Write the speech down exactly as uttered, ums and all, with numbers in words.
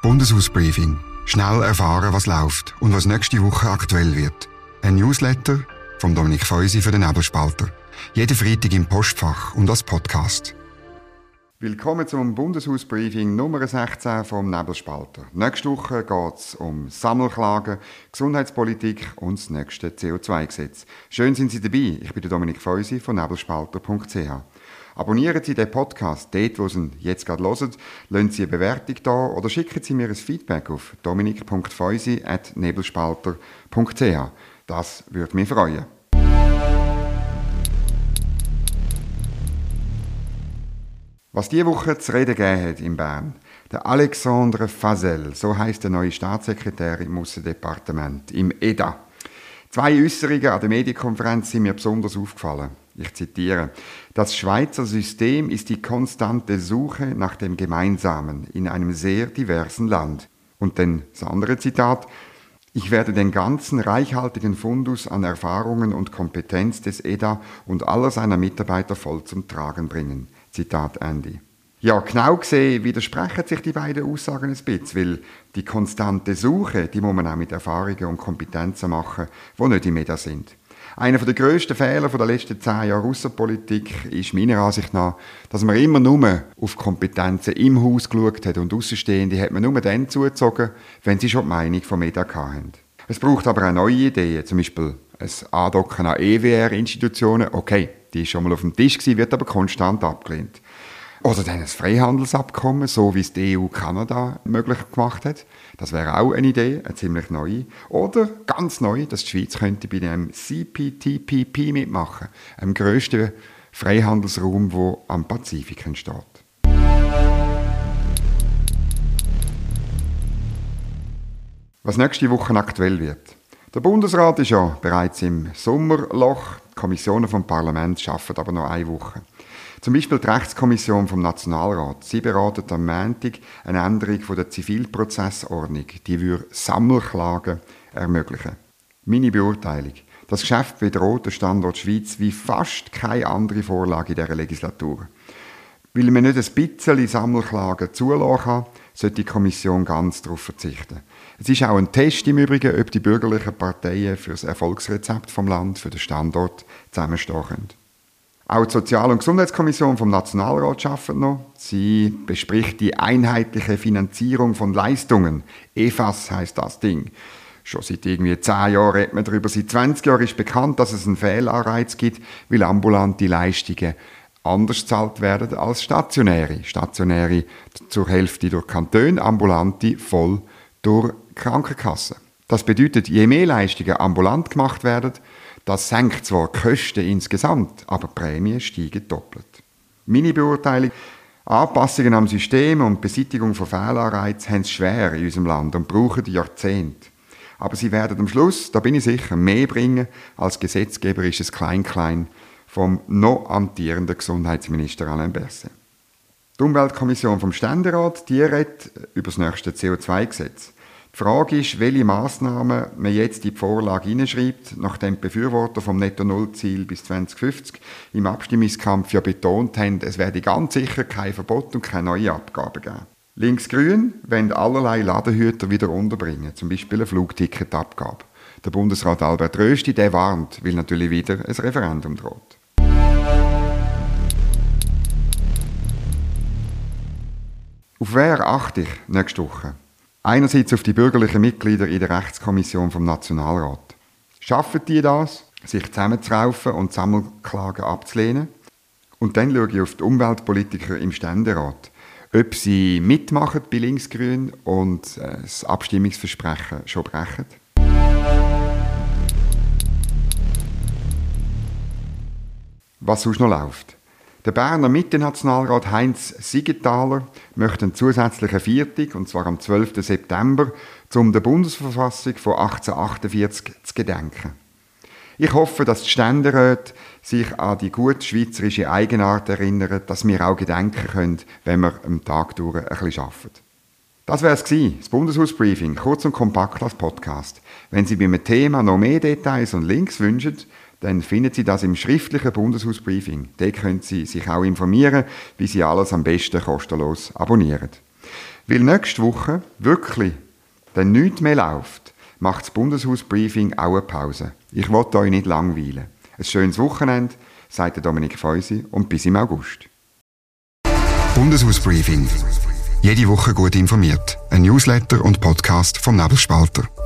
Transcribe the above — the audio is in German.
Bundeshausbriefing. Schnell erfahren, was läuft und was nächste Woche aktuell wird. Ein Newsletter von Dominik Feusi für den Nebelspalter. Jeden Freitag im Postfach und als Podcast. Willkommen zum Bundeshausbriefing Nummer sechzehn vom Nebelspalter. Nächste Woche geht es um Sammelklagen, Gesundheitspolitik und das nächste C O zwei Gesetz. Schön sind Sie dabei. Ich bin der Dominik Feusi von nebelspalter punkt c h. Abonnieren Sie den Podcast dort, wo Sie ihn jetzt gerade hören, lassen Sie eine Bewertung da oder schicken Sie mir ein Feedback auf dominik punkt feusi at nebelspalter punkt c h. Das würde mich freuen. Was diese Woche zu reden gegeben hat in Bern, der Alexandre Fasel, so heisst der neue Staatssekretär im Aussendepartement, im E D A. Zwei Äußerungen an der Medienkonferenz sind mir besonders aufgefallen. Ich zitiere: Das Schweizer System ist die konstante Suche nach dem Gemeinsamen in einem sehr diversen Land. Und dann das andere Zitat: Ich werde den ganzen reichhaltigen Fundus an Erfahrungen und Kompetenz des E D A und aller seiner Mitarbeiter voll zum Tragen bringen. Zitat Ende. Ja, genau gesehen widersprechen sich die beiden Aussagen ein bisschen, weil die konstante Suche, die muss man auch mit Erfahrungen und Kompetenzen machen, die nicht im E D A sind. Einer der grössten Fehler der letzten zehn Jahre Aussenpolitik ist meiner Ansicht nach, dass man immer nur auf Kompetenzen im Haus geschaut hat und Aussenstehende hat man nur dann zugezogen, wenn sie schon die Meinung vom E D A hatten. Es braucht aber auch neue Ideen, zum Beispiel ein Andocken an E W R-Institutionen. Okay, die war schon mal auf dem Tisch, wird aber konstant abgelehnt. Oder dann ein Freihandelsabkommen, so wie es die E U Kanada möglich gemacht hat. Das wäre auch eine Idee, eine ziemlich neue. Oder ganz neu, dass die Schweiz könnte bei dem C P T P P mitmachen, dem grössten Freihandelsraum, der am Pazifik entsteht. Was nächste Woche aktuell wird. Der Bundesrat ist ja bereits im Sommerloch. Die Kommissionen vom Parlament arbeiten aber noch eine Woche. Zum Beispiel die Rechtskommission vom Nationalrat. Sie beraten am Montag eine Änderung der Zivilprozessordnung, die würde Sammelklagen ermöglichen. Meine Beurteilung: Das Geschäft bedroht den Standort Schweiz wie fast keine andere Vorlage in dieser Legislatur. Weil man nicht ein bisschen Sammelklagen zulassen kann, sollte die Kommission ganz darauf verzichten. Es ist auch ein Test im Übrigen, ob die bürgerlichen Parteien für das Erfolgsrezept vom Land, für den Standort, zusammenstehen können. Auch die Sozial- und Gesundheitskommission vom Nationalrat arbeitet noch. Sie bespricht die einheitliche Finanzierung von Leistungen. E F A S heisst das Ding. Schon seit irgendwie zehn Jahren redet man darüber. Seit zwanzig Jahren ist bekannt, dass es einen Fehlanreiz gibt, weil ambulante Leistungen anders gezahlt werden als stationäre. Stationäre zur Hälfte durch Kantone, ambulante voll durch Krankenkassen. Das bedeutet, je mehr Leistungen ambulant gemacht werden, das senkt zwar die Kosten insgesamt, aber die Prämien steigen doppelt. Meine Beurteilung: Anpassungen am System und Beseitigung von Fehlanreizen haben es schwer in unserem Land und brauchen Jahrzehnte. Aber sie werden am Schluss, da bin ich sicher, mehr bringen als gesetzgeberisches Klein-Klein vom noch amtierenden Gesundheitsminister Alain Berset. Die Umweltkommission vom Ständerat, die redet über das nächste C O zwei Gesetz. Die Frage ist, welche Massnahmen man jetzt in die Vorlage hineinschreibt, nachdem die Befürworter vom Netto-Null-Ziel bis zwanzig fünfzig im Abstimmungskampf ja betont haben, es werde ganz sicher kein Verbot und keine neue Abgaben geben. Links-Grün wollen allerlei Ladenhüter wieder unterbringen, zum Beispiel eine Flugticketabgabe. Der Bundesrat Albert Rösti, der warnt, weil natürlich wieder ein Referendum droht. Auf wer achte ich nächste Woche? Einerseits auf die bürgerlichen Mitglieder in der Rechtskommission vom Nationalrat. Schaffen die das, sich zusammenzuraufen und Sammelklagen abzulehnen? Und dann schaue ich auf die Umweltpolitiker im Ständerat, ob sie mitmachen bei Linksgrün und das Abstimmungsversprechen schon brechen. Was sonst noch läuft. Der Berner Mitte-Nationalrat Heinz Siegenthaler möchte einen zusätzlichen Viertag, und zwar am zwölften September, um der Bundesverfassung von achtzehnhundertachtundvierzig zu gedenken. Ich hoffe, dass die Ständeräte sich an die gute schweizerische Eigenart erinnern, dass wir auch gedenken können, wenn wir am Tag durch ein bisschen arbeiten. Das wäre es gewesen, das Bundeshausbriefing, kurz und kompakt als Podcast. Wenn Sie bei einem Thema noch mehr Details und Links wünschen, dann finden Sie das im schriftlichen Bundeshausbriefing. Dort können Sie sich auch informieren, wie Sie alles am besten kostenlos abonnieren. Weil nächste Woche wirklich dann nichts mehr läuft, macht das Bundeshausbriefing auch eine Pause. Ich will euch nicht langweilen. Ein schönes Wochenende, sagt Dominik Feusi, und bis im August. Bundeshausbriefing. Jede Woche gut informiert. Ein Newsletter und Podcast vom Nebelspalter.